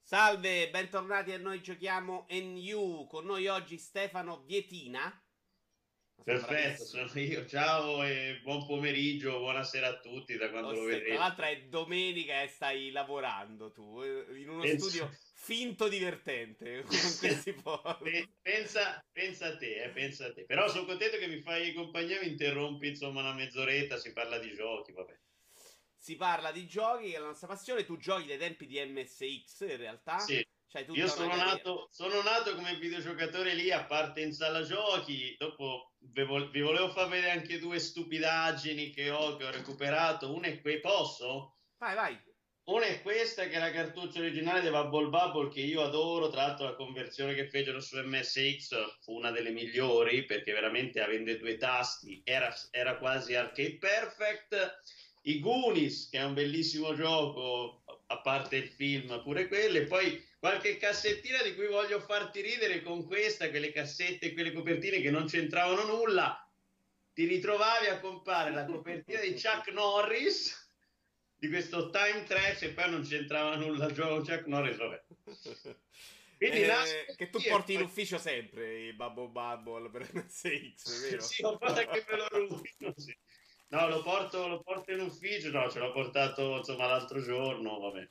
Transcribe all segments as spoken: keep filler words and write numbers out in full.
Salve, bentornati a Noi Giochiamo N U. Con noi oggi Stefano Vietina. Ma sono Perfetto, bravissimo. sono io. Ciao e buon pomeriggio, buonasera a tutti da Lo quando lo se- Tra vedrete. l'altro è domenica e stai lavorando tu, eh, in uno Pensa, studio finto divertente, comunque si può. pe- pensa, pensa a te, eh, pensa a te. Però sono contento che mi fai compagnia, mi interrompi insomma una mezz'oretta, si parla di giochi, vabbè. Si parla di giochi, che è la nostra passione. Tu giochi dai tempi di M S X, in realtà. Sì, C'hai io tutta una sono carriera. nato, sono nato come videogiocatore lì, a parte in sala giochi, dopo vi, vol- vi volevo far vedere anche due stupidaggini che ho, che ho recuperato. Una è qui, posso? Vai, vai. Una è questa, che è la cartuccia originale di Bubble Bubble, che io adoro. Tra l'altro la conversione che fecero su M S X fu una delle migliori, perché veramente avendo due tasti era, era quasi arcade perfect. I Goonies, che è un bellissimo gioco, a parte il film, pure quello, e poi qualche cassettina di cui voglio farti ridere con questa, quelle cassette e quelle copertine che non c'entravano nulla. Ti ritrovavi a comprare la copertina di Chuck Norris, di questo Time Trash, e poi non c'entrava nulla il gioco Chuck Norris, vabbè. Quindi Eh, nasce che tu così e porti in poi ufficio sempre i Bubble Bubble per M S X, vero? sì, ho fatto che me lo rovino, sì. No, lo porto, lo porto in ufficio, no, ce l'ho portato insomma l'altro giorno, vabbè.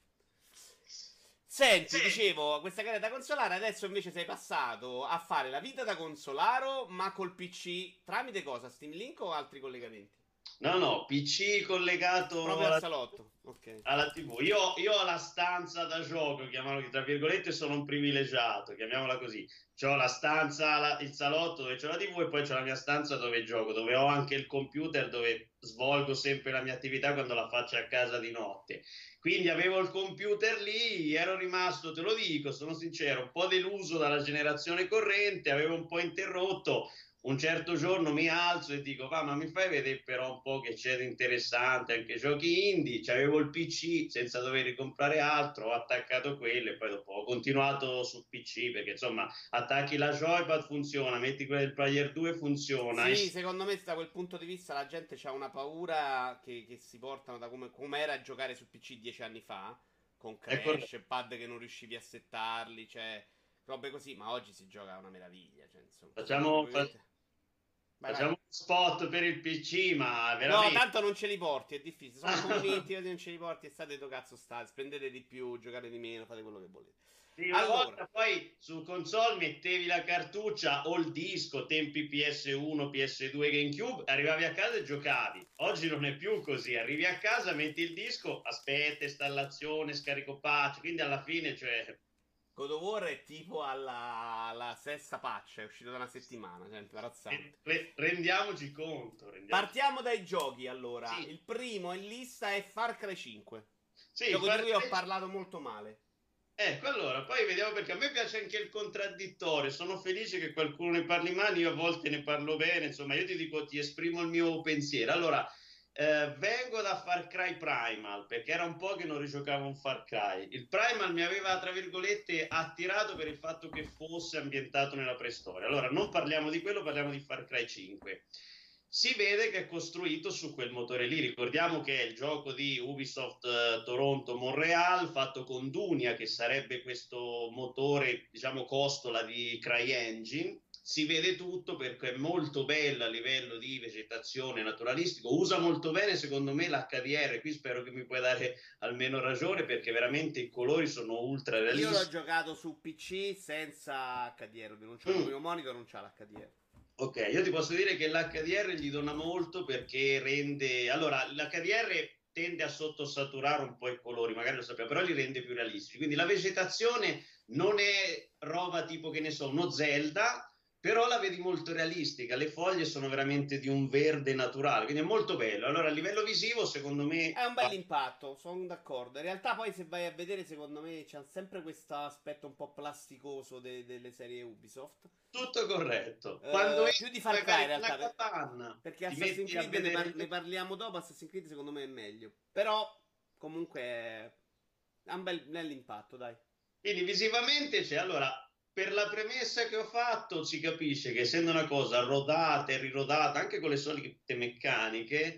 Senti, Sì. dicevo, questa carriera da consolare, adesso invece sei passato a fare la vita da consolaro, ma col P C tramite cosa? Steam Link o altri collegamenti? No, no, P C collegato Proprio al alla salotto. Ok. alla T V. Io, io ho la stanza da gioco, chiamiamola tra virgolette, sono un privilegiato, chiamiamola così. C'ho la stanza, la- il salotto dove c'ho la T V, e poi c'ho la mia stanza dove gioco, dove ho anche il computer dove svolgo sempre la mia attività quando la faccio a casa di notte. Quindi avevo il computer lì, ero rimasto, te lo dico, sono sincero, un po' deluso dalla generazione corrente, avevo un po' interrotto. Un certo giorno mi alzo e dico, va, ma mi fai vedere però un po' che c'è di interessante, anche giochi indie. C'avevo il P C senza dover comprare altro, ho attaccato quello e poi dopo ho continuato sul P C, perché insomma attacchi la joypad, funziona, metti quella del Player due, funziona. E Sì, secondo me da quel punto di vista la gente ha una paura che, che si portano da come, come era a giocare su P C dieci anni fa, con è corretto. crash, pad che non riuscivi a settarli, cioè robe così, ma oggi si gioca a una meraviglia, cioè insomma, se uno Facciamo, fa- probabilmente... Vai, vai. facciamo uno spot per il P C, ma No, veramente. tanto non ce li porti, è difficile. Sono convinti che non ce li porti e state do cazzo state. Spendete di più, giocate di meno, fate quello che volete. Sì, una Allora, volta poi su console mettevi la cartuccia o il disco, tempi P S uno, P S due, GameCube, arrivavi a casa e giocavi. Oggi non è più così, arrivi a casa, metti il disco, aspetta, installazione, scarico patch, quindi alla fine, cioè, God of War è tipo alla, alla sesta patch, è uscito da una settimana, cioè, è re- imbarazzante. re- rendiamoci conto, rendiamoci. Partiamo dai giochi, allora. Sì, Il primo in lista è Far Cry cinque. sì, Gioco di Far cui ho Cry. parlato molto male. Ecco, allora, poi vediamo, perché a me piace anche il contraddittorio, sono felice che qualcuno ne parli male, io a volte ne parlo bene, insomma, io ti dico, ti esprimo il mio pensiero. Allora, eh, vengo da Far Cry Primal, perché era un po' che non rigiocavo un Far Cry. Il Primal mi aveva, tra virgolette, attirato per il fatto che fosse ambientato nella preistoria. Allora, non parliamo di quello, parliamo di Far Cry cinque. Si vede che è costruito su quel motore lì. Ricordiamo che è il gioco di Ubisoft eh, Toronto Montreal, fatto con Dunia, che sarebbe questo motore, diciamo, costola di CryEngine. Si vede tutto perché è molto bella a livello di vegetazione naturalistico. Usa molto bene, secondo me, l'H D R. Qui spero che mi puoi dare almeno ragione, perché veramente i colori sono ultra Io l'ho realistici. giocato su P C senza H D R, non c'ho il Mm. mio monitor, non c'ha l'H D R. Ok, io ti posso dire che l'H D R gli dona molto, perché rende. Allora, l'H D R tende a sottosaturare un po' i colori, magari lo sappiamo, però li rende più realistici. Quindi la vegetazione non è roba tipo, che ne so, uno Zelda, però la vedi molto realistica. Le foglie sono veramente di un verde naturale, quindi è molto bello. Allora, a livello visivo, secondo me, È un bel va impatto, sono d'accordo. In realtà, poi, se vai a vedere, secondo me c'è sempre questo aspetto un po' plasticoso de- delle serie Ubisoft. tutto corretto. Quando Eh, più di entri Far Cry, in magari nella realtà. per- capanna, Perché ti Assassin's metti a Creed ne, vedere par- ne le. parliamo dopo. Assassin's Creed, secondo me, è meglio. Però, comunque, è un bel, bell'impatto, dai. Quindi visivamente c'è, allora, per la premessa che ho fatto, si capisce che essendo una cosa rodata e rirodata, anche con le solite meccaniche,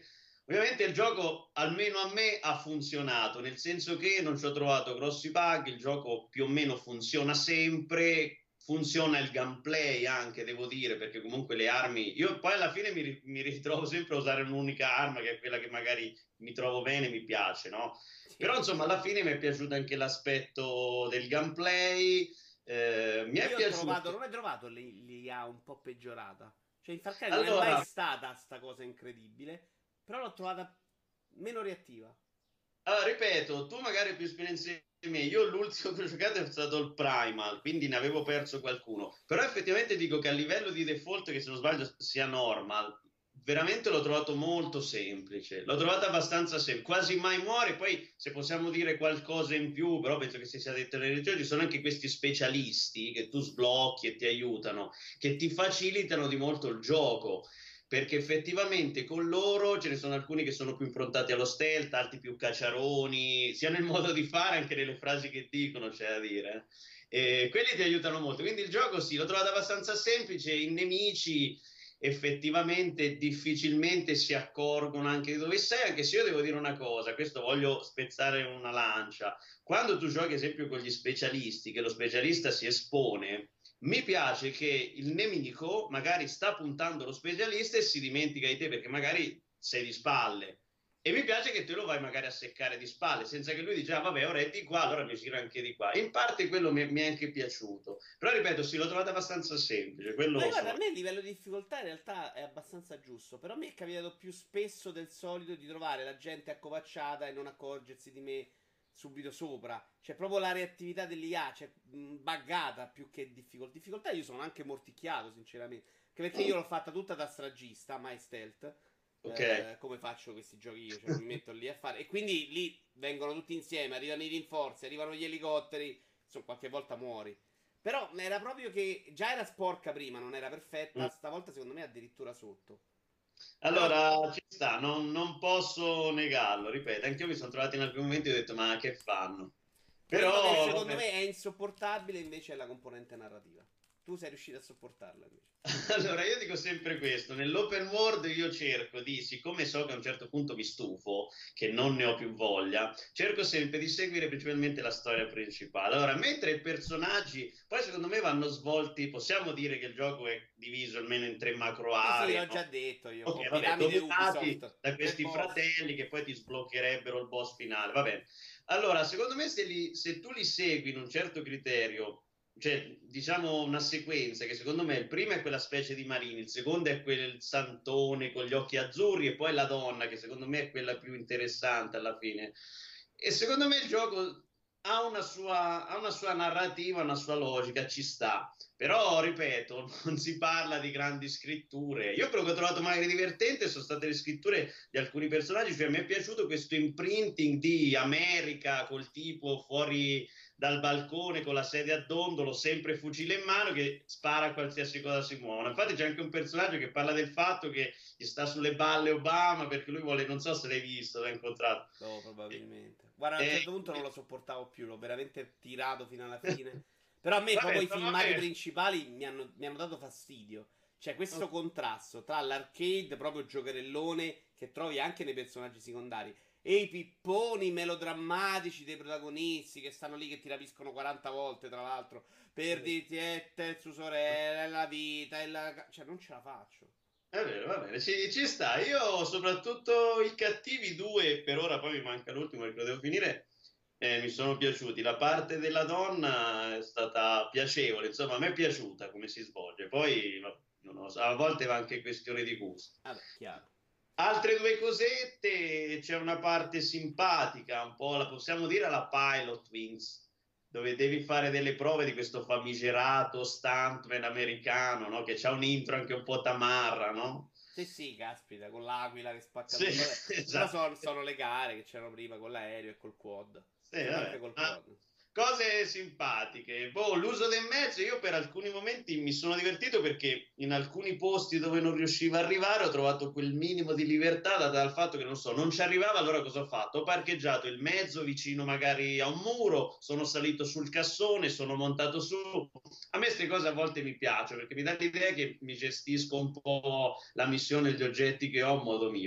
Ovviamente il gioco, almeno a me, ha funzionato, nel senso che non ci ho trovato grossi bug, il gioco più o meno funziona sempre, funziona il gameplay anche, devo dire, perché comunque le armi... Io poi alla fine mi, mi ritrovo sempre a usare un'unica arma, che è quella che magari mi trovo bene, mi piace, no? Però Sì. insomma alla fine mi è piaciuto anche l'aspetto del gameplay, eh, mi è Io ho trovato, piaciuto... non hai trovato l'I A un po' peggiorata? Cioè, in Far Cry non è mai Allora, stata sta cosa incredibile, però l'ho trovata meno reattiva. allora, ripeto, tu magari hai più esperienza di me, io l'ultimo che ho giocato è stato il Primal, quindi ne avevo perso qualcuno, però effettivamente dico che a livello di default, che se non sbaglio sia normal, veramente l'ho trovato molto semplice, l'ho trovato abbastanza semplice, quasi mai muore, poi se possiamo dire qualcosa in più, però penso che si sia detto nelle regioni, ci sono anche questi specialisti che tu sblocchi e ti aiutano, che ti facilitano di molto il gioco, perché effettivamente con loro ce ne sono alcuni che sono più improntati allo stealth, altri più cacciaroni, sia nel modo di fare anche nelle frasi che dicono, c'è da dire. E quelli ti aiutano molto. Quindi il gioco sì, l'ho trovato abbastanza semplice, i nemici effettivamente difficilmente si accorgono anche di dove sei, anche se io devo dire una cosa, questo voglio spezzare una lancia. Quando tu giochi, ad esempio, con gli specialisti, che lo specialista si espone, mi piace che il nemico magari sta puntando lo specialista e si dimentica di te perché magari sei di spalle. E mi piace che te lo vai magari a seccare di spalle, senza che lui dica, ah, vabbè, ora è di qua, allora mi giro anche di qua. In parte quello mi, mi è anche piaciuto. Però ripeto, sì, l'ho trovato abbastanza semplice, quello Ma lo guarda, a so. me il livello di difficoltà in realtà è abbastanza giusto. Però mi è capitato più spesso del solito di trovare la gente accovacciata e non accorgersi di me subito sopra. Cioè, proprio la reattività dell'I A, cioè, mh, buggata più che difficoltà. Difficoltà io sono anche morticchiato, sinceramente. Anche perché io l'ho fatta tutta da stragista, mai stealth. Ok. Eh, come faccio questi giochi io? Cioè, mi metto lì a fare. E quindi lì vengono tutti insieme, arrivano i rinforzi, arrivano gli elicotteri. Insomma, qualche volta muori. Però era proprio che già era sporca prima, non era perfetta, Mm. stavolta secondo me è addirittura sotto. Però Allora, ci sta, non, non posso negarlo, ripeto, anche io mi sono trovato in alcuni momenti e ho detto, ma che fanno? quello che Però, secondo vabbè. me è insopportabile invece è la componente narrativa. Tu sei riuscito a sopportarla invece. Allora, io dico sempre questo, nell'open world io cerco di, siccome so che a un certo punto mi stufo, che non ne ho più voglia, cerco sempre di seguire principalmente la storia principale. Allora, mentre i personaggi, poi secondo me vanno svolti, possiamo dire che il gioco è diviso almeno in tre macro Sì, sì, aree, l'ho già no? detto io, un po' Ok, vabbè, piramide dominati Ubisoft, da tre questi boss. fratelli che poi ti sbloccherebbero il boss finale, va bene. Allora, secondo me se, li, se tu li segui in un certo criterio, cioè diciamo una sequenza che secondo me il primo è quella specie di Marini, il secondo è quel santone con gli occhi azzurri e poi la donna che secondo me è quella più interessante alla fine. E secondo me il gioco ha una sua, ha una sua narrativa, una sua logica, ci sta. Però, ripeto, non si parla di grandi scritture. Io quello che ho trovato magari divertente sono state le scritture di alcuni personaggi, cioè mi è piaciuto questo imprinting di America col tipo fuori dal balcone con la sedia a dondolo, sempre fucile in mano, che spara a qualsiasi cosa si muova. Infatti c'è anche un personaggio che parla del fatto che gli sta sulle balle Obama perché lui vuole, non so se l'hai visto, l'hai incontrato. No, E, probabilmente. Guarda, a un e, certo punto non lo sopportavo più, l'ho veramente tirato fino alla fine. Però a me proprio vabbè, i stava filmati bene. principali mi hanno, mi hanno dato fastidio. Cioè, questo contrasto tra l'arcade, proprio giocherellone, che trovi anche nei personaggi secondari, e i pipponi melodrammatici dei protagonisti che stanno lì che ti rapiscono quaranta volte, tra l'altro, per dirti, eh, te, su sorella, è la vita, è la... Cioè, non ce la faccio. È vero, va bene, ci, ci sta. Io soprattutto i cattivi due, per ora poi mi manca l'ultimo perché lo devo finire, eh, mi sono piaciuti. La parte della donna è stata piacevole, insomma, a me è piaciuta come si svolge. Poi, vabbè, non lo so, a volte va anche questione di gusto. Vabbè, chiaro. Altre due cosette, c'è una parte simpatica, un po' la possiamo dire alla Pilot Wings, dove devi fare delle prove di questo famigerato stuntman americano, no? Che c'ha un intro anche un po' tamarra, no? Sì, sì, caspita, con l'aquila che spacca Sì, tutto. Vabbè, però esatto. sono, sono le gare che c'erano prima con l'aereo e col quad. Sì, C'era anche vabbè. col Ma quad. cose simpatiche. Boh, l'uso del mezzo, io per alcuni momenti mi sono divertito perché in alcuni posti dove non riuscivo a arrivare ho trovato quel minimo di libertà data dal fatto che non so, non ci arrivava, allora cosa ho fatto? Ho parcheggiato il mezzo vicino magari a un muro, sono salito sul cassone, sono montato su. A me queste cose a volte mi piacciono perché mi dà l'idea che mi gestisco un po' la missione, gli oggetti che ho a modo mio.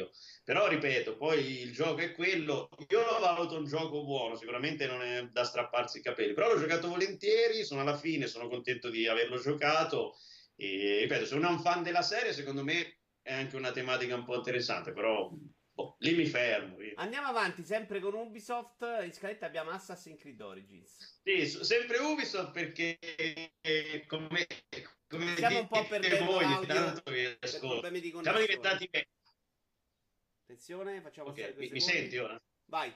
Però ripeto, poi il gioco è quello, io lo valuto un gioco buono, sicuramente non è da strapparsi i capelli, però l'ho giocato volentieri, sono alla fine, sono contento di averlo giocato e ripeto, se uno è un fan della serie, secondo me è anche una tematica un po' interessante, però boh, lì mi fermo. Via. Andiamo avanti, sempre con Ubisoft. In scaletta abbiamo Assassin's Creed Origins. Sì, sempre Ubisoft perché eh, come, come Stiamo un po' dite perdendo voi, ogni l'audio tanto vi per ascolto. problemi di Siamo connessione. diventati vecchi. Attenzione, facciamo passare Ok, due mi, mi secondi. senti ora? Vai.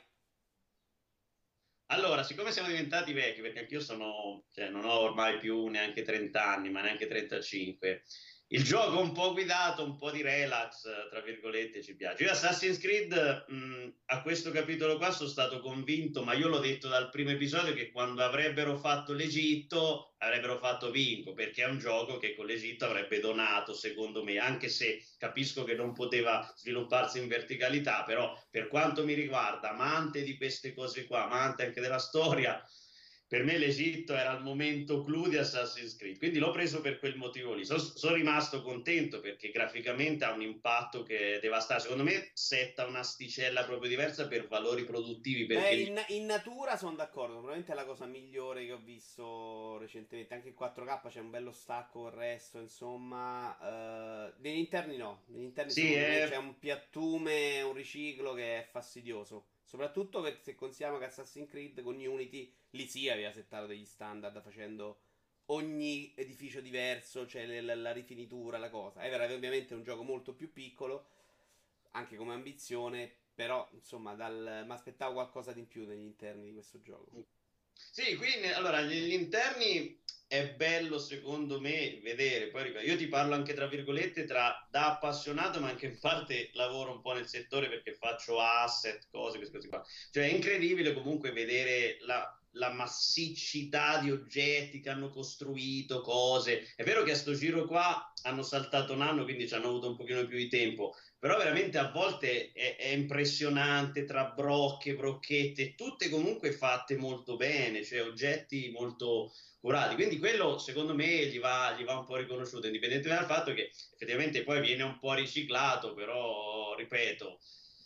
Allora, siccome siamo diventati vecchi, perché anch'io sono, cioè, non ho ormai più neanche trenta anni, ma neanche trentacinque, il gioco un po' guidato, un po' di relax, tra virgolette, ci piace. Io Assassin's Creed, mh, a questo capitolo qua sono stato convinto, ma io l'ho detto dal primo episodio, che quando avrebbero fatto l'Egitto, avrebbero fatto vinco, perché è un gioco che con l'Egitto avrebbe donato, secondo me, anche se capisco che non poteva svilupparsi in verticalità, però per quanto mi riguarda, amante di queste cose qua, amante anche della storia, per me l'Egitto era il momento clou di Assassin's Creed, quindi l'ho preso per quel motivo lì. Sono son rimasto contento perché graficamente ha un impatto che è devastante. Secondo me setta un'asticella proprio diversa per valori produttivi, Beh, perché il... in, in natura sono d'accordo. Probabilmente è la cosa migliore che ho visto recentemente. Anche in quattro K c'è un bello stacco con il resto. Insomma, eh, negli interni no. Negli interni, sì, secondo me, c'è è... un piattume, un riciclo che è fastidioso. Soprattutto per, se consideriamo che Assassin's Creed con Unity lì sì aveva settato degli standard facendo ogni edificio diverso, cioè le- la, la rifinitura, la cosa. Ever è ovviamente un gioco molto più piccolo, anche come ambizione, però insomma mi aspettavo qualcosa di in più negli interni di questo gioco. Sì, quindi allora gli interni è bello secondo me vedere, poi ripeto, io ti parlo anche tra virgolette tra da appassionato, ma anche in parte lavoro un po' nel settore perché faccio asset, cose, queste cose qua. Cioè è incredibile comunque vedere la, la massicità di oggetti che hanno costruito, cose. È vero che a sto giro qua hanno saltato un anno, quindi ci hanno avuto un pochino più di tempo, però veramente a volte è, è impressionante tra brocche, brocchette, tutte comunque fatte molto bene, cioè oggetti molto curati. Quindi quello secondo me gli va, gli va un po' riconosciuto, indipendentemente dal fatto che effettivamente poi viene un po' riciclato, però ripeto,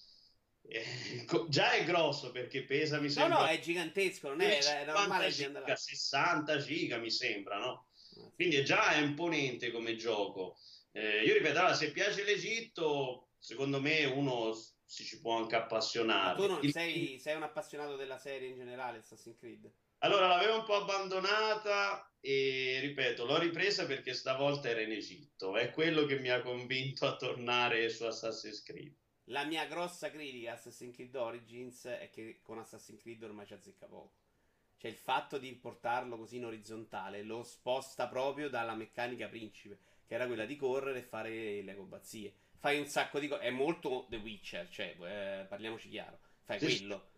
eh, già è grosso perché pesa, mi No, no, sembra è gigantesco, non è, è cinquanta normale di andare giga, là. sessanta giga mi sembra, no? Ah, sì. Quindi è già imponente come gioco. Eh, io ripeto, allora, se piace l'Egitto, secondo me uno si ci può anche Ma tu appassionare. non Il- sei, sei un appassionato della serie in generale, Assassin's Creed? allora, l'avevo un po' abbandonata e ripeto, l'ho ripresa perché stavolta era in Egitto. È quello che mi ha convinto a tornare su Assassin's Creed. La mia grossa critica a Assassin's Creed Origins è che con Assassin's Creed ormai ci azzecca poco. Cioè il fatto di portarlo così in orizzontale lo sposta proprio dalla meccanica principe, che era quella di correre e fare le acrobazie. Fai un sacco di cose. È molto The Witcher, cioè, eh, parliamoci chiaro. Fai Sì, sì. quello.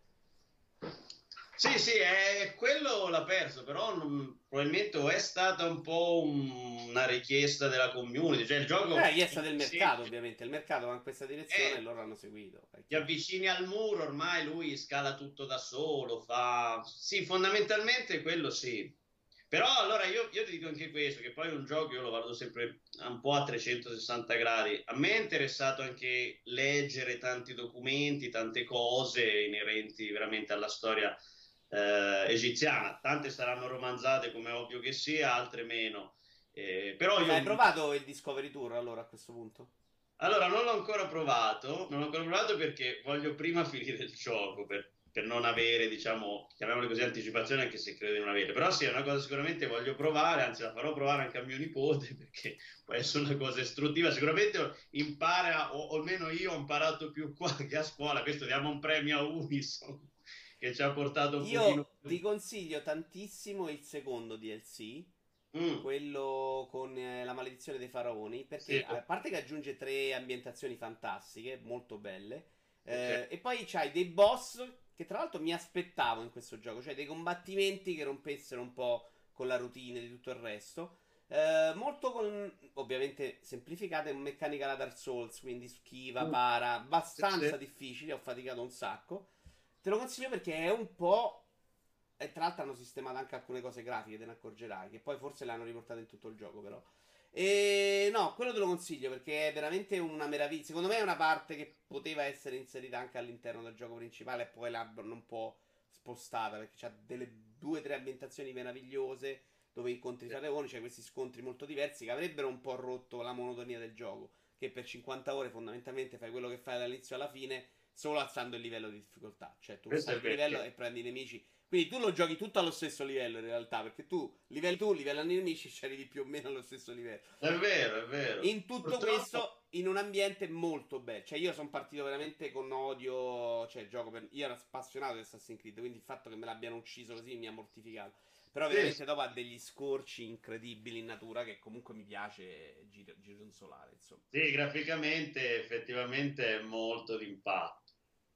Sì, sì, è, quello l'ha perso, però non- probabilmente o è stata un po' un- una richiesta della community, cioè il È la gioco richiesta in del sé mercato, ovviamente. Il mercato va in questa direzione e è, loro hanno seguito. È ti chiaro. avvicini al muro, ormai lui scala tutto da solo, fa... Sì, fondamentalmente quello sì. Però allora io, io ti dico anche questo, che poi un gioco io lo guardo sempre un po' a trecentosessanta gradi. A me è interessato anche leggere tanti documenti, tante cose inerenti veramente alla storia eh, egiziana. Tante saranno romanzate, come è ovvio che sia, altre meno. Eh, però Cioè, hai io provato il Discovery Tour allora a questo punto? allora, non l'ho ancora provato, non l'ho ancora provato perché voglio prima finire il gioco per, per non avere, diciamo, chiamiamole così, anticipazione, anche se credo di non avere. Però sì, è una cosa sicuramente voglio provare, anzi la farò provare anche a mio nipote perché può essere una cosa istruttiva. Sicuramente impara, o, o almeno io ho imparato più qua che a scuola. Questo diamo un premio a Unison che ci ha portato un pochino Io più. ti consiglio tantissimo il secondo D L C, Mm, quello con eh, la maledizione dei faraoni, sì, perché a parte che aggiunge tre ambientazioni fantastiche, molto belle, ok. eh, e poi c'hai dei boss che tra l'altro mi aspettavo in questo gioco, cioè dei combattimenti che rompessero un po' con la routine di tutto il resto. Eh, molto con, ovviamente semplificate, con meccanica alla Dark Souls, quindi schiva, Mm, para, sì, sì. abbastanza difficili, ho faticato un sacco. Te lo consiglio perché è un po'. E tra l'altro hanno sistemato anche alcune cose grafiche, te ne accorgerai. Che poi forse le hanno riportate in tutto il gioco, però. E no, quello te lo consiglio perché è veramente una meraviglia. Secondo me è una parte che poteva essere inserita anche all'interno del gioco principale e poi l'hanno un po' spostata perché c'ha delle due o tre ambientazioni meravigliose dove incontri i dragoni, c'è questi scontri molto diversi che avrebbero un po' rotto la monotonia del gioco. Che per cinquanta ore fondamentalmente fai quello che fai dall'inizio alla fine, solo alzando il livello di difficoltà. Cioè tu Questo è sali di vero. livello e prendi i nemici. Quindi tu lo giochi tutto allo stesso livello in realtà, perché tu livelli tu, livellano i nemici e ci arrivi più o meno allo stesso livello. È vero, è vero. In tutto Purtroppo, questo, in un ambiente molto bello. Cioè, io sono partito veramente con odio. Cioè, il gioco per. Io ero appassionato di Assassin's Creed. Quindi il fatto che me l'abbiano ucciso così mi ha mortificato. Però, sì, veramente, dopo ha degli scorci incredibili in natura. Che comunque mi piace gir- gironzolare. Insomma, sì, graficamente effettivamente è molto d'impatto.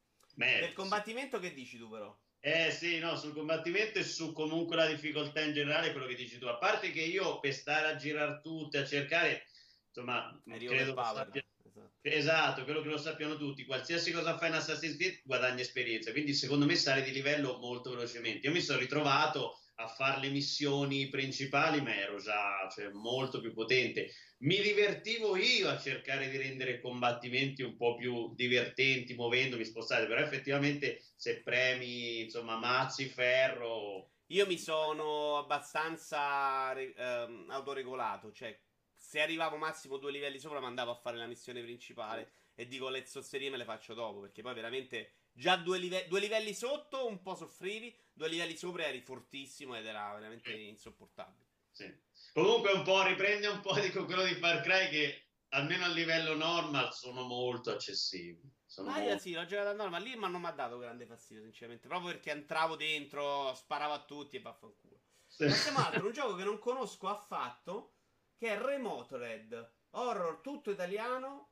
del Merita, sì. combattimento, che dici tu, però? Eh sì, no, sul combattimento e su comunque la difficoltà in generale, quello che dici tu. A parte che io per stare a girare tutte, a cercare, insomma, Eri credo lo overpowered. sappia. Esatto. Esatto, quello che lo sappiano tutti. Qualsiasi cosa fai in Assassin's Creed guadagni esperienza. Quindi secondo me sali di livello molto velocemente. Io mi sono ritrovato a fare le missioni principali, ma ero già, cioè, molto più potente. Mi divertivo io a cercare di rendere i combattimenti un po' più divertenti, muovendomi, spostati, però effettivamente se premi, insomma, mazzi, ferro. Io mi sono abbastanza re- ehm, autoregolato, cioè se arrivavo massimo due livelli sopra mi andavo a fare la missione principale e dico le zozzerie me le faccio dopo, perché poi veramente già due, live- due livelli sotto un po' soffrivi, due livelli sopra eri fortissimo ed era veramente Sì, insopportabile. sì. Comunque un po' riprende un po' di quello di Far Cry che almeno a livello normal sono molto accessibili. Sono Ma io molto... sì, l'ho giocato a norma lì, ma non mi ha dato grande fastidio, sinceramente, proprio perché entravo dentro, sparavo a tutti e vaffanculo. Sì. Passiamo a altro, un gioco che non conosco affatto, che è Remotored, horror tutto italiano.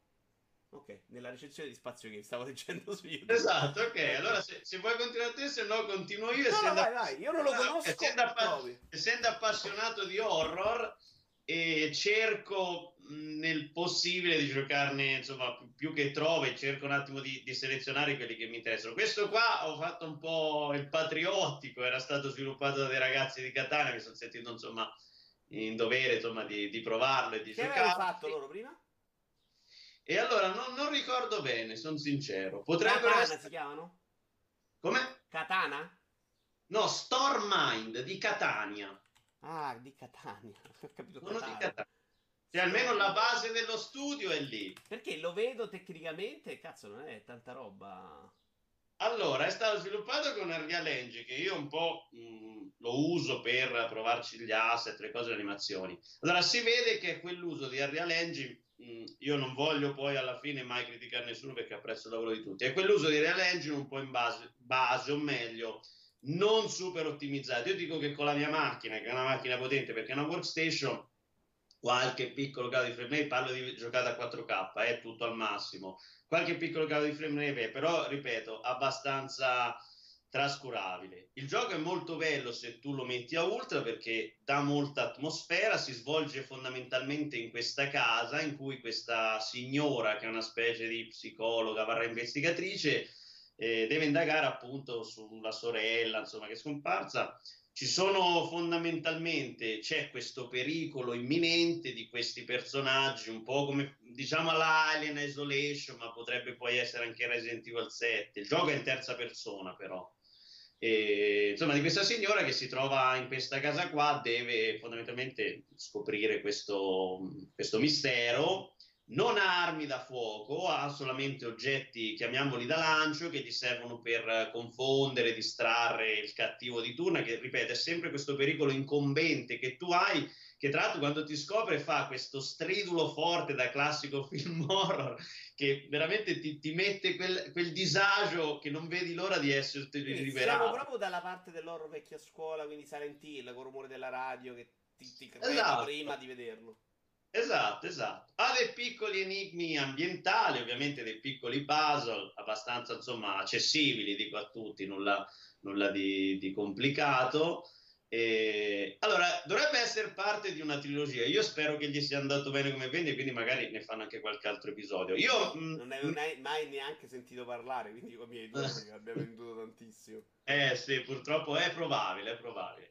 Ok, nella recensione di Spazio Game stavo leggendo su YouTube. Esatto, ok. Allora Ok. se, se vuoi continuare te, se no continuo io. No, no, Essendo, vai, vai, io non lo ah, ok, essendo, conosco appa- proprio. essendo appassionato di horror, e cerco mh, nel possibile di giocarne, insomma, più, più che trovo e cerco un attimo di, di selezionare quelli che mi interessano. Questo qua ho fatto un po' il patriottico, era stato sviluppato da dei ragazzi di Catania, mi sono sentito, insomma, in dovere, insomma, di, di provarlo e di Che avevano giocarlo. fatto loro prima? E allora non, non ricordo bene, sono sincero. Potrebbero Katana si essere... chiamano? Come? Katana? No, Stormmind di Catania. Ah, di Catania. Ho capito Sono di Catania. Catania. Cioè, almeno la Storm. base dello studio è lì. Perché lo vedo tecnicamente, cazzo, non è tanta roba. Allora, è stato sviluppato con Unreal Engine, che io un po' mh, lo uso per provarci gli asset, le cose, le animazioni. Allora, si vede che quell'uso di Unreal Engine, mh, io non voglio poi alla fine mai criticare nessuno perché apprezzo il lavoro di tutti, è quell'uso di Unreal Engine un po' in base, base o meglio, non super ottimizzato. Io dico che con la mia macchina, che è una macchina potente perché è una workstation, qualche piccolo calo di frame rate, parlo di giocata a quattro K, è eh, tutto al massimo, qualche piccolo calo di frame rate, però ripeto, abbastanza trascurabile. Il gioco è molto bello se tu lo metti a ultra perché dà molta atmosfera, si svolge fondamentalmente in questa casa in cui questa signora, che è una specie di psicologa barra investigatrice, eh, deve indagare appunto sulla sorella, insomma, che è scomparsa. Ci sono fondamentalmente, c'è questo pericolo imminente di questi personaggi, un po' come diciamo all'Alien Isolation, ma potrebbe poi essere anche Resident Evil sette. Il gioco è in terza persona, però. E, insomma, di questa signora che si trova in questa casa qua, deve fondamentalmente scoprire questo, questo mistero. Non ha armi da fuoco, ha solamente oggetti, chiamiamoli da lancio, che ti servono per confondere, distrarre il cattivo di turno, che ripeto è sempre questo pericolo incombente che tu hai, che tra l'altro quando ti scopre fa questo stridulo forte da classico film horror, che veramente ti, ti mette quel, quel disagio che non vedi l'ora di essere Quindi siamo liberato. proprio dalla parte dell'horror vecchia scuola, quindi Silent Hill, con il rumore della radio che ti, ti crema Esatto. prima di vederlo. Esatto, esatto. Ha dei piccoli enigmi ambientali, ovviamente dei piccoli puzzle, abbastanza insomma accessibili, dico a tutti, nulla, nulla di, di complicato. E... Allora, dovrebbe essere parte di una trilogia. Io spero che gli sia andato bene come vende, quindi magari ne fanno anche qualche altro episodio. Io mh, Non ne avevo mh, mai, mai neanche sentito parlare, quindi con i miei dubbi che abbia venduto tantissimo. eh sì, purtroppo è probabile, è probabile.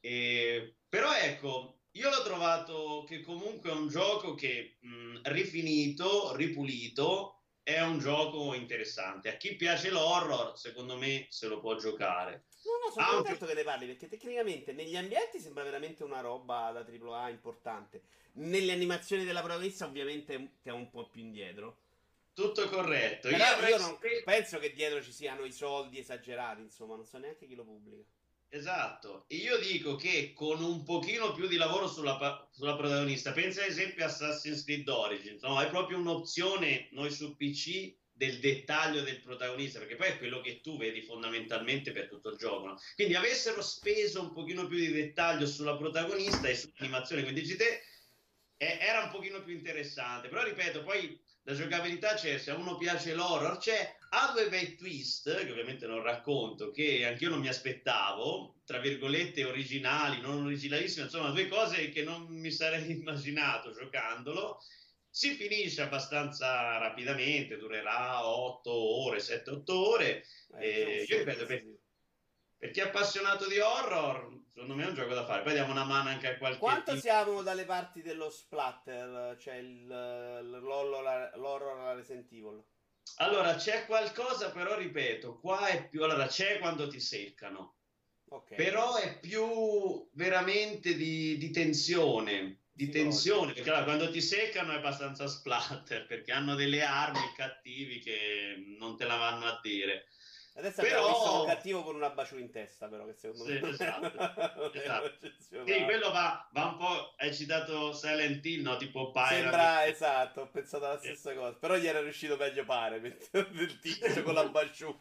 E, però ecco, io l'ho trovato che comunque è un gioco che mh, rifinito, ripulito, è un gioco interessante. A chi piace l'horror, secondo me, se lo può giocare. No, no, sono Ha un più... contento che ne parli perché tecnicamente negli ambienti sembra veramente una roba da tripla A importante. Nelle animazioni della protagonista, ovviamente, siamo un po' più indietro. Tutto corretto. Però Io avrei... io non penso che dietro ci siano i soldi esagerati, insomma, non so neanche chi lo pubblica. Esatto, e io dico che con un pochino più di lavoro sulla, pa- sulla protagonista, pensa ad esempio a Assassin's Creed Origins, no? È proprio un'opzione noi su P C del dettaglio del protagonista, perché poi è quello che tu vedi fondamentalmente per tutto il gioco, no? Quindi avessero speso un pochino più di dettaglio sulla protagonista e sull'animazione, come dici te, eh, era un pochino più interessante, però ripeto, poi la giocabilità c'è, se a uno piace l'horror c'è, ha due bei twist, che ovviamente non racconto, che anch'io non mi aspettavo, tra virgolette originali, non originalissime, insomma due cose che non mi sarei immaginato giocandolo. Si finisce abbastanza rapidamente, durerà otto ore, sette otto ore. Eh, diciamo E io sto ripeto, questo, per, sì. per chi è appassionato di horror, secondo me è un gioco da fare. Poi diamo una mano anche a qualche Quanto team. siamo dalle parti dello splatter? Cioè il, l'horror l'horror alla Resident Evil. Allora, c'è qualcosa, però ripeto, qua è più... Allora, c'è quando ti seccano, Ok, però è più veramente di, di tensione, di psicologico. tensione, perché allora, quando ti seccano è abbastanza splatter, perché hanno delle armi cattivi che non te la vanno a dire. Adesso abbiamo visto un Però cattivo con una baciù in testa, però, che secondo sì, me non è, esatto, non è esatto. Sì, eccezionale. quello va, va un po', hai citato Silent Hill, no? Tipo Pyramid. Sembra esatto, ho pensato alla stessa cosa. Però gli era riuscito meglio pare del tizio con la baciù.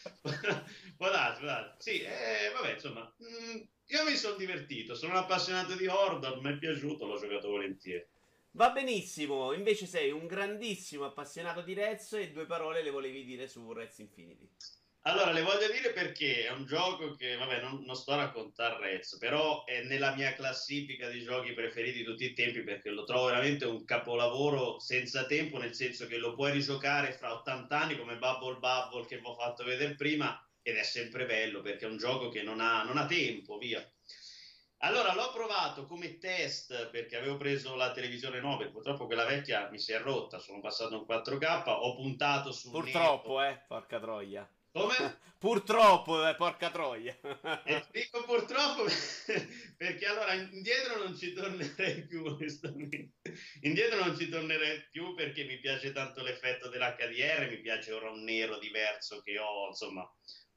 Può darsi, può darsi. Sì, eh, vabbè, insomma, mh, io mi sono divertito, sono un appassionato di horror, mi è piaciuto, l'ho giocato volentieri. Va benissimo, invece sei un grandissimo appassionato di Rez e due parole le volevi dire su Rez Infinity. Allora, le voglio dire perché è un gioco che, vabbè, non, non sto a raccontare Rez, però è nella mia classifica di giochi preferiti di tutti i tempi perché lo trovo veramente un capolavoro senza tempo, nel senso che lo puoi rigiocare fra ottanta anni come Bubble Bubble che vi ho fatto vedere prima ed è sempre bello perché è un gioco che non ha, non ha tempo, via. Allora, l'ho provato come test perché avevo preso la televisione nuova e purtroppo quella vecchia mi si è rotta, sono passato in quattro K, ho puntato sul nero. Purtroppo, eh, porca troia. Come? Purtroppo, eh, porca troia. E ti dico purtroppo perché allora indietro non ci tornerei più, onestamente. Indietro non ci tornerei più perché mi piace tanto l'effetto dell'H D R, mi piace ora un nero diverso che ho, insomma.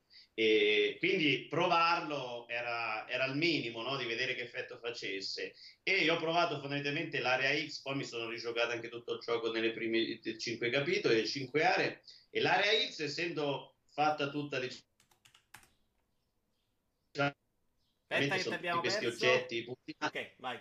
E quindi provarlo era, era il minimo, no? Di vedere che effetto facesse. E io ho provato fondamentalmente l'area X, poi mi sono rigiocato anche tutto il gioco nelle prime cinque capitoli, le cinque aree, e l'area X, essendo fatta tutta di Aspetta che ti sono tutti abbiamo questi perso. oggetti punti. Ok, vai.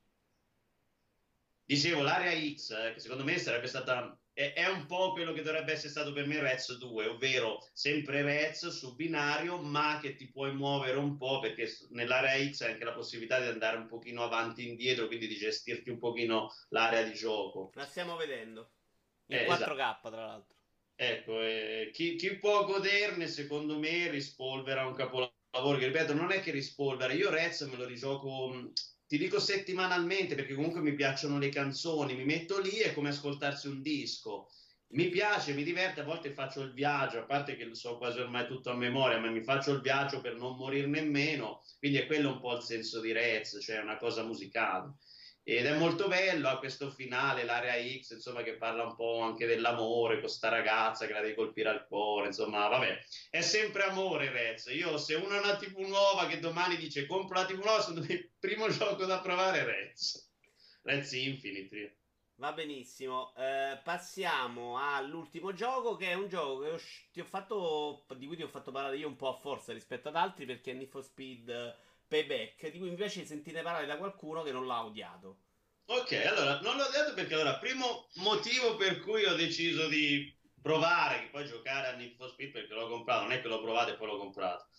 Dicevo, l'area X, eh, che secondo me sarebbe stata, è, è un po' quello che dovrebbe essere stato per me Rez due, ovvero sempre Rez su binario, ma che ti puoi muovere un po', perché nell'area X hai anche la possibilità di andare un pochino avanti e indietro, quindi di gestirti un pochino l'area di gioco. La stiamo vedendo. In Eh, esatto. quattro K, tra l'altro. Ecco, eh, chi, chi può goderne, secondo me, rispolvera un capolavoro. Che ripeto, non è che rispolvera, io Rez me lo rigioco, mh, ti dico settimanalmente, perché comunque mi piacciono le canzoni, mi metto lì, è come ascoltarsi un disco. Mi piace, mi diverte, a volte faccio il viaggio, a parte che lo so quasi ormai tutto a memoria, ma mi faccio il viaggio per non morire nemmeno, quindi è quello un po' il senso di Rez, cioè una cosa musicale. Ed è molto bello, ha questo finale, l'area X, insomma, che parla un po' anche dell'amore con sta ragazza che la devi colpire al cuore, insomma, vabbè, è sempre amore Rez. Io se uno ha una tivù nuova che domani dice compro la tivù nuova, secondo me il primo gioco da provare è Rez. Rez Infinite. Va benissimo. Eh, passiamo all'ultimo gioco, che è un gioco che ho sc- ti ho fatto, di cui ti ho fatto parlare io un po' a forza rispetto ad altri, perché è Need for Speed eh, Payback, di cui mi piace sentire parlare da qualcuno che non l'ha odiato. Ok, allora, non l'ho detto perché, allora, primo motivo per cui ho deciso di provare, che poi giocare a Need for Speed perché l'ho comprato, non è che l'ho provato e poi l'ho comprato.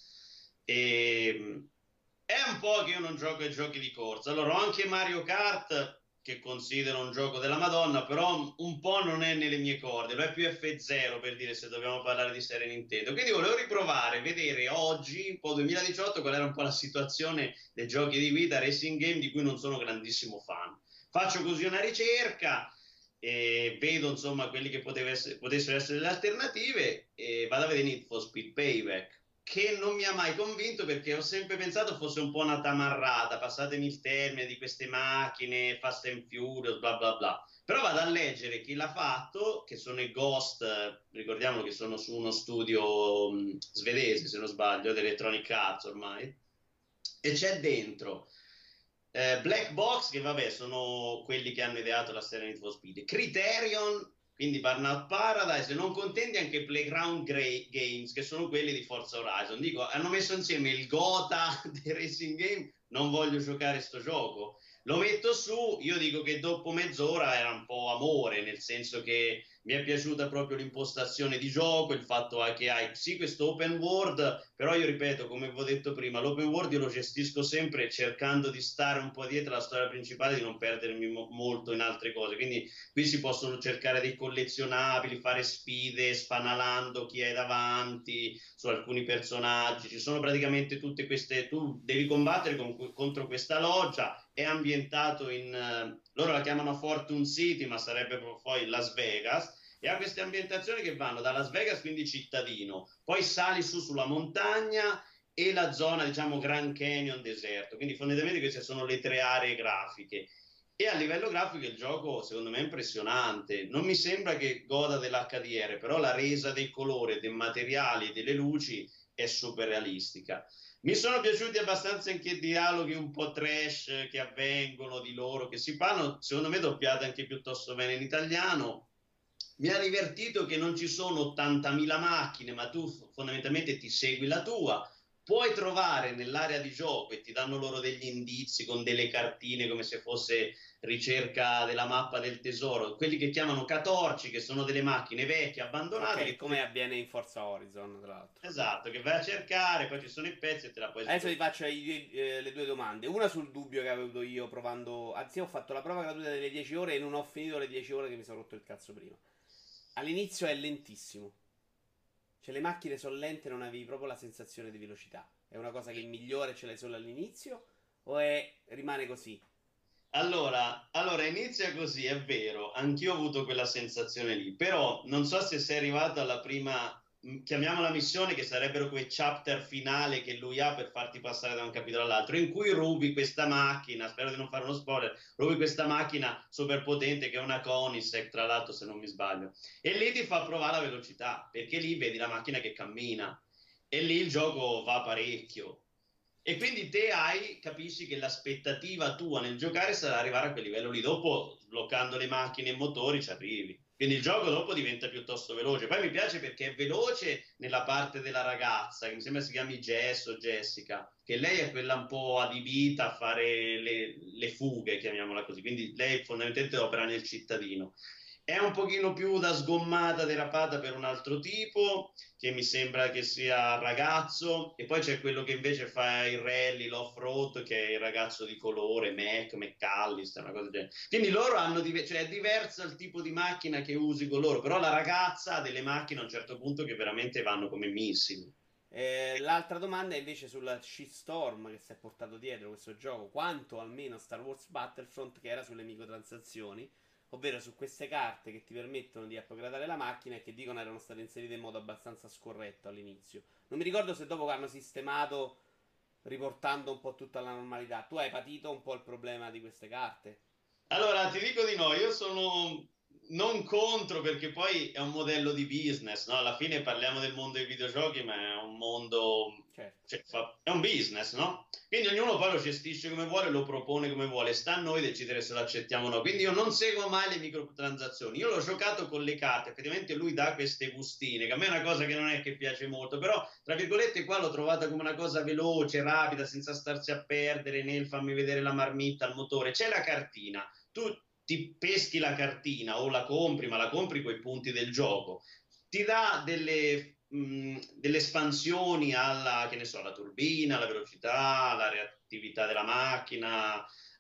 E, è un po' che io non gioco ai giochi di corsa. Allora, ho anche Mario Kart, che considero un gioco della Madonna, però un po' non è nelle mie corde, lo è più F zero per dire, se dobbiamo parlare di serie Nintendo. Quindi volevo riprovare, vedere oggi, un po' duemiladiciotto, qual era un po' la situazione dei giochi di guida racing game di cui non sono grandissimo fan. Faccio così una ricerca e vedo insomma quelli che essere, potessero essere le alternative e vado a vedere Need for Speed Payback, che non mi ha mai convinto perché ho sempre pensato fosse un po' una tamarrata, passatemi il termine, di queste macchine Fast and Furious, bla bla bla. Però vado a leggere chi l'ha fatto, che sono i Ghost, ricordiamo che sono su uno studio mh, svedese, se non sbaglio, di Electronic Arts ormai, e c'è dentro eh, Black Box, che vabbè sono quelli che hanno ideato la serie Need for Speed, Criterion, quindi Burnout Paradise, e non contenti anche Playground Games, che sono quelli di Forza Horizon. Dico, hanno messo insieme il Gotha dei racing game, non voglio giocare sto gioco. Lo metto su, io dico che dopo mezz'ora era un po' amore, nel senso che mi è piaciuta proprio l'impostazione di gioco, il fatto che hai sì questo open world, però io ripeto, come vi ho detto prima, l'open world io lo gestisco sempre cercando di stare un po' dietro la storia principale, di non perdermi mo- molto in altre cose, quindi qui si possono cercare dei collezionabili, fare sfide spanalando chi è davanti su alcuni personaggi, ci sono praticamente tutte queste, tu devi combattere con, contro questa loggia, è ambientato in, uh, loro la chiamano Fortune City, ma sarebbe poi Las Vegas, e ha queste ambientazioni che vanno da Las Vegas, quindi cittadino, poi sali su sulla montagna e la zona, diciamo, Grand Canyon deserto, quindi fondamentalmente queste sono le tre aree grafiche. E a livello grafico il gioco secondo me è impressionante, non mi sembra che goda dell'H D R, però la resa dei colori, dei materiali e delle luci è super realistica. Mi sono piaciuti abbastanza anche i dialoghi un po' trash che avvengono di loro, che si parlano, secondo me doppiate anche piuttosto bene in italiano. Mi ha divertito che non ci sono ottantamila macchine, ma tu fondamentalmente ti segui la tua. Puoi trovare nell'area di gioco e ti danno loro degli indizi con delle cartine come se fosse ricerca della mappa del tesoro, quelli che chiamano catorci, che sono delle macchine vecchie, abbandonate. Ok, Che come tu... avviene in Forza Horizon, tra l'altro. Esatto, che vai a cercare, poi ci sono i pezzi e te la puoi Adesso ti sbloccare. faccio i- eh, le due domande. Una sul dubbio che avevo io provando. Anzi, ho fatto la prova gratuita delle dieci ore e non ho finito le dieci ore che mi sono rotto il cazzo prima. All'inizio è lentissimo. Cioè, le macchine sono lente e non avevi proprio la sensazione di velocità. È una cosa che migliora e ce l'hai solo all'inizio? O è, rimane così? Allora, allora, inizia così, è vero, anch'io ho avuto quella sensazione lì, però non so se sei arrivato alla prima, mh, chiamiamola missione, che sarebbero quei chapter finale che lui ha per farti passare da un capitolo all'altro, in cui rubi questa macchina, spero di non fare uno spoiler, rubi questa macchina super potente che è una Koenigsegg, tra l'altro se non mi sbaglio, e lì ti fa provare la velocità, perché lì vedi la macchina che cammina, e lì il gioco va parecchio. E quindi te hai, capisci che l'aspettativa tua nel giocare sarà arrivare a quel livello lì. Dopo, sbloccando le macchine e i motori, ci arrivi. Quindi il gioco dopo diventa piuttosto veloce. Poi mi piace perché è veloce nella parte della ragazza, che mi sembra si chiami Jess o Jessica, che lei è quella un po' adibita a fare le, le fughe, chiamiamola così. Quindi lei fondamentalmente opera nel cittadino. È un pochino più da sgommata, derapata per un altro tipo, che mi sembra che sia ragazzo, e poi c'è quello che invece fa il rally, l'off-road, che è il ragazzo di colore, Mac, McAllister, una cosa del genere. Quindi loro hanno, div- cioè è diverso il tipo di macchina che usi con loro, però la ragazza ha delle macchine a un certo punto che veramente vanno come missili. Eh, l'altra domanda è invece sulla shitstorm che si è portato dietro questo gioco. Quanto almeno Star Wars Battlefront, che era sulle microtransazioni, ovvero su queste carte che ti permettono di upgradare la macchina e che dicono erano state inserite in modo abbastanza scorretto all'inizio. Non mi ricordo se dopo che hanno sistemato, riportando un po' tutta alla normalità. Tu hai patito un po' il problema di queste carte? Allora, ti dico di no, io sono non contro perché poi è un modello di business, no? Alla fine parliamo del mondo dei videogiochi, ma è un mondo, Certo. cioè, fa- è un business, no? Quindi ognuno poi lo gestisce come vuole, lo propone come vuole, sta a noi decidere se lo accettiamo o no. Quindi io non seguo mai le microtransazioni, io l'ho giocato con le carte, effettivamente lui dà queste bustine, che a me è una cosa che non è che piace molto, però tra virgolette qua l'ho trovata come una cosa veloce, rapida, senza starsi a perdere nel fammi vedere la marmitta al motore. C'è la cartina, tu ti peschi la cartina o la compri, ma la compri con i punti del gioco, ti dà delle, mh, delle espansioni alla, che ne so, alla turbina, alla velocità, alla reattività della macchina,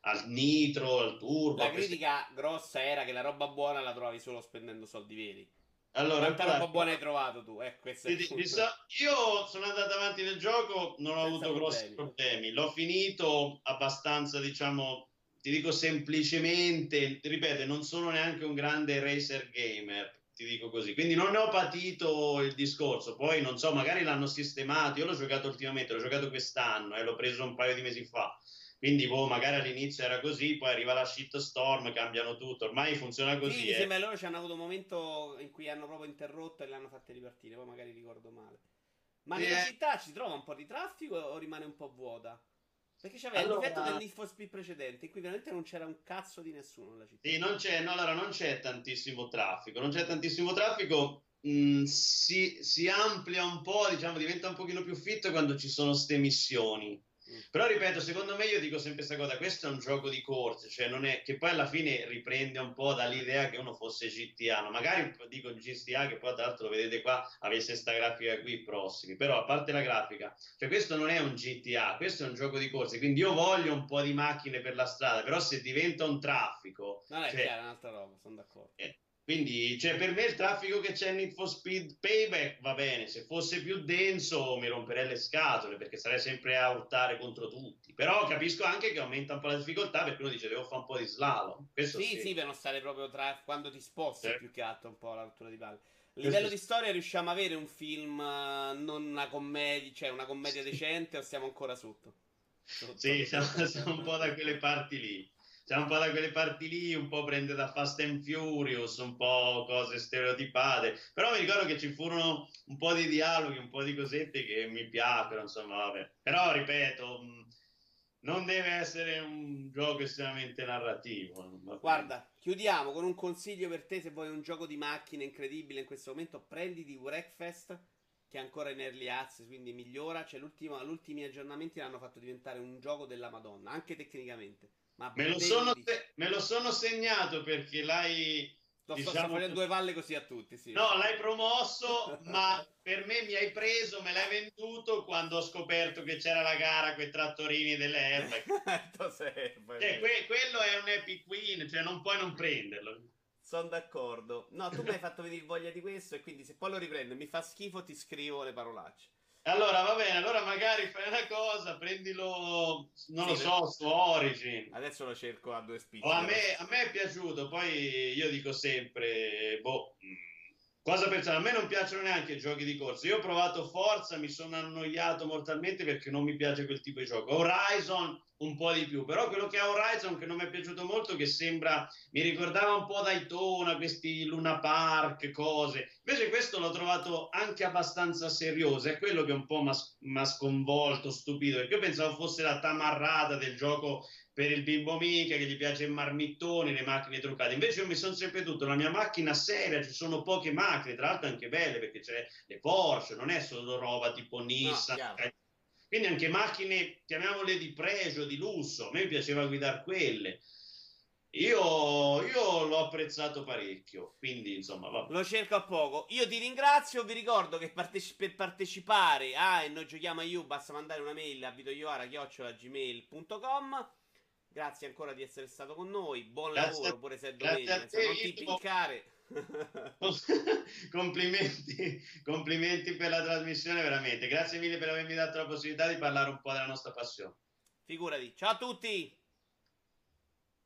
al nitro, al turbo. La Queste... critica grossa era che la roba buona la trovi solo spendendo soldi veri. Allora, Quanta roba infatti, buona hai trovato tu? Eh, questo è il di- di- punto. io sono andato avanti nel gioco, non ho Senza avuto grossi problemi. problemi. L'ho finito abbastanza, diciamo, ti dico semplicemente, ripeto, non sono neanche un grande racer gamer, ti dico così. Quindi non ne ho patito il discorso. Poi non so, magari l'hanno sistemato. Io l'ho giocato ultimamente, l'ho giocato quest'anno e l'ho preso un paio di mesi fa. Quindi, boh, magari all'inizio era così, poi arriva la shitstorm, cambiano tutto. Ormai funziona Sì, così, mi eh. sembra che loro ci hanno avuto un momento in cui hanno proprio interrotto e le hanno fatte ripartire. Poi magari ricordo male. Ma Sì, nella eh. città ci trova un po' di traffico o rimane un po' vuota? Perché c'aveva il difetto del Allora, Need for Speed precedente, in cui veramente non c'era un cazzo di nessuno nella città. sì, non c'è, no, allora non c'è tantissimo traffico, non c'è tantissimo traffico, mh, si, si amplia un po', diciamo, diventa un pochino più fitto quando ci sono ste missioni. Mm. Però ripeto, secondo me io dico sempre questa cosa, questo è un gioco di corse, cioè non è che poi alla fine riprende un po' dall'idea che uno fosse G T A, no? Magari dico G T A che poi tra l'altro lo vedete qua, avesse sta grafica qui prossimi, però a parte la grafica, cioè questo non è un G T A, questo è un gioco di corse, quindi io voglio un po' di macchine per la strada, però se diventa un traffico, Non è cioè, chiaro, è un'altra roba, sono d'accordo. eh, quindi, cioè, per me il traffico che c'è in Need for Speed Payback va bene, se fosse più denso mi romperei le scatole perché sarei sempre a urtare contro tutti, però capisco anche che aumenta un po' la difficoltà perché uno dice devo fare un po' di slalom, questo Sì, sì. sì, per non stare proprio tra quando ti sposti Cioè, più che altro un po' la rottura di palle. A questo livello sì. di storia riusciamo a avere un film, eh, non una commedia, cioè una commedia decente o stiamo ancora sotto? Sì, Sotto. siamo, siamo un po' da quelle parti lì. Siamo un po' da quelle parti lì, un po' prende da Fast and Furious, un po' cose stereotipate. Però mi ricordo che ci furono un po' di dialoghi, un po' di cosette che mi piacciono, insomma, vabbè. Però, ripeto, mh, non deve essere un gioco estremamente narrativo. Va bene. Guarda, chiudiamo con un consiglio per te se vuoi un gioco di macchine incredibile in questo momento, prenditi Wreckfest che è ancora in early access, quindi migliora. Cioè, l'ultimo, gli ultimi aggiornamenti l'hanno fatto diventare un gioco della Madonna, anche tecnicamente. Ma Me lo sono, bellissimo. se- me lo sono segnato perché l'hai, Lo sto, sto diciamo, facendo due palle così a tutti, sì. no, l'hai promosso, ma per me mi hai preso, me l'hai venduto quando ho scoperto che c'era la gara con i trattorini delle airbag. Cioè, que- quello è un Epic Win, cioè non puoi non prenderlo. Sono d'accordo. No, tu mi hai fatto venire voglia di questo e quindi se poi lo riprendo e mi fa schifo ti scrivo le parolacce. Allora, va bene, allora magari fai una cosa, prendilo, non Sì, lo so, su Origin. adesso lo cerco a due spicci. Oh, a me, a me è piaciuto, poi io dico sempre, boh, mh, cosa personale, a me non piacciono neanche i giochi di corsa. Io ho provato Forza, mi sono annoiato mortalmente perché non mi piace quel tipo di gioco. Horizon un po' di più, però quello che è Horizon che non mi è piaciuto molto, che sembra, mi ricordava un po' Daytona, questi Luna Park, cose. Invece questo l'ho trovato anche abbastanza serioso, è quello che un po' mi ha sconvolto, stupito, perché io pensavo fosse la tamarrata del gioco per il bimbo mica che gli piace il marmittone, le macchine truccate. Invece io mi sono sempre detto, la mia macchina seria, ci sono poche macchine, tra l'altro anche belle, perché c'è le Porsche, non è solo roba tipo No, Nissan. chiaro. Quindi anche macchine, chiamiamole di pregio, di lusso. A me piaceva guidare quelle. Io, io l'ho apprezzato parecchio, quindi insomma, vabbè. Lo cerco a poco. Io ti ringrazio. Vi ricordo che parteci- per partecipare a E Noi Giochiamo a You basta mandare una mail a vitoioara chiocciola gmail punto com. Grazie ancora di essere stato con noi. Buon Grazie lavoro, a, pure se è grazie domenica. a Insomma, te, non ti Ivo. piccare. complimenti, complimenti per la trasmissione, veramente. Grazie mille per avermi dato la possibilità di parlare un po' della nostra passione. Figurati. Ciao a tutti.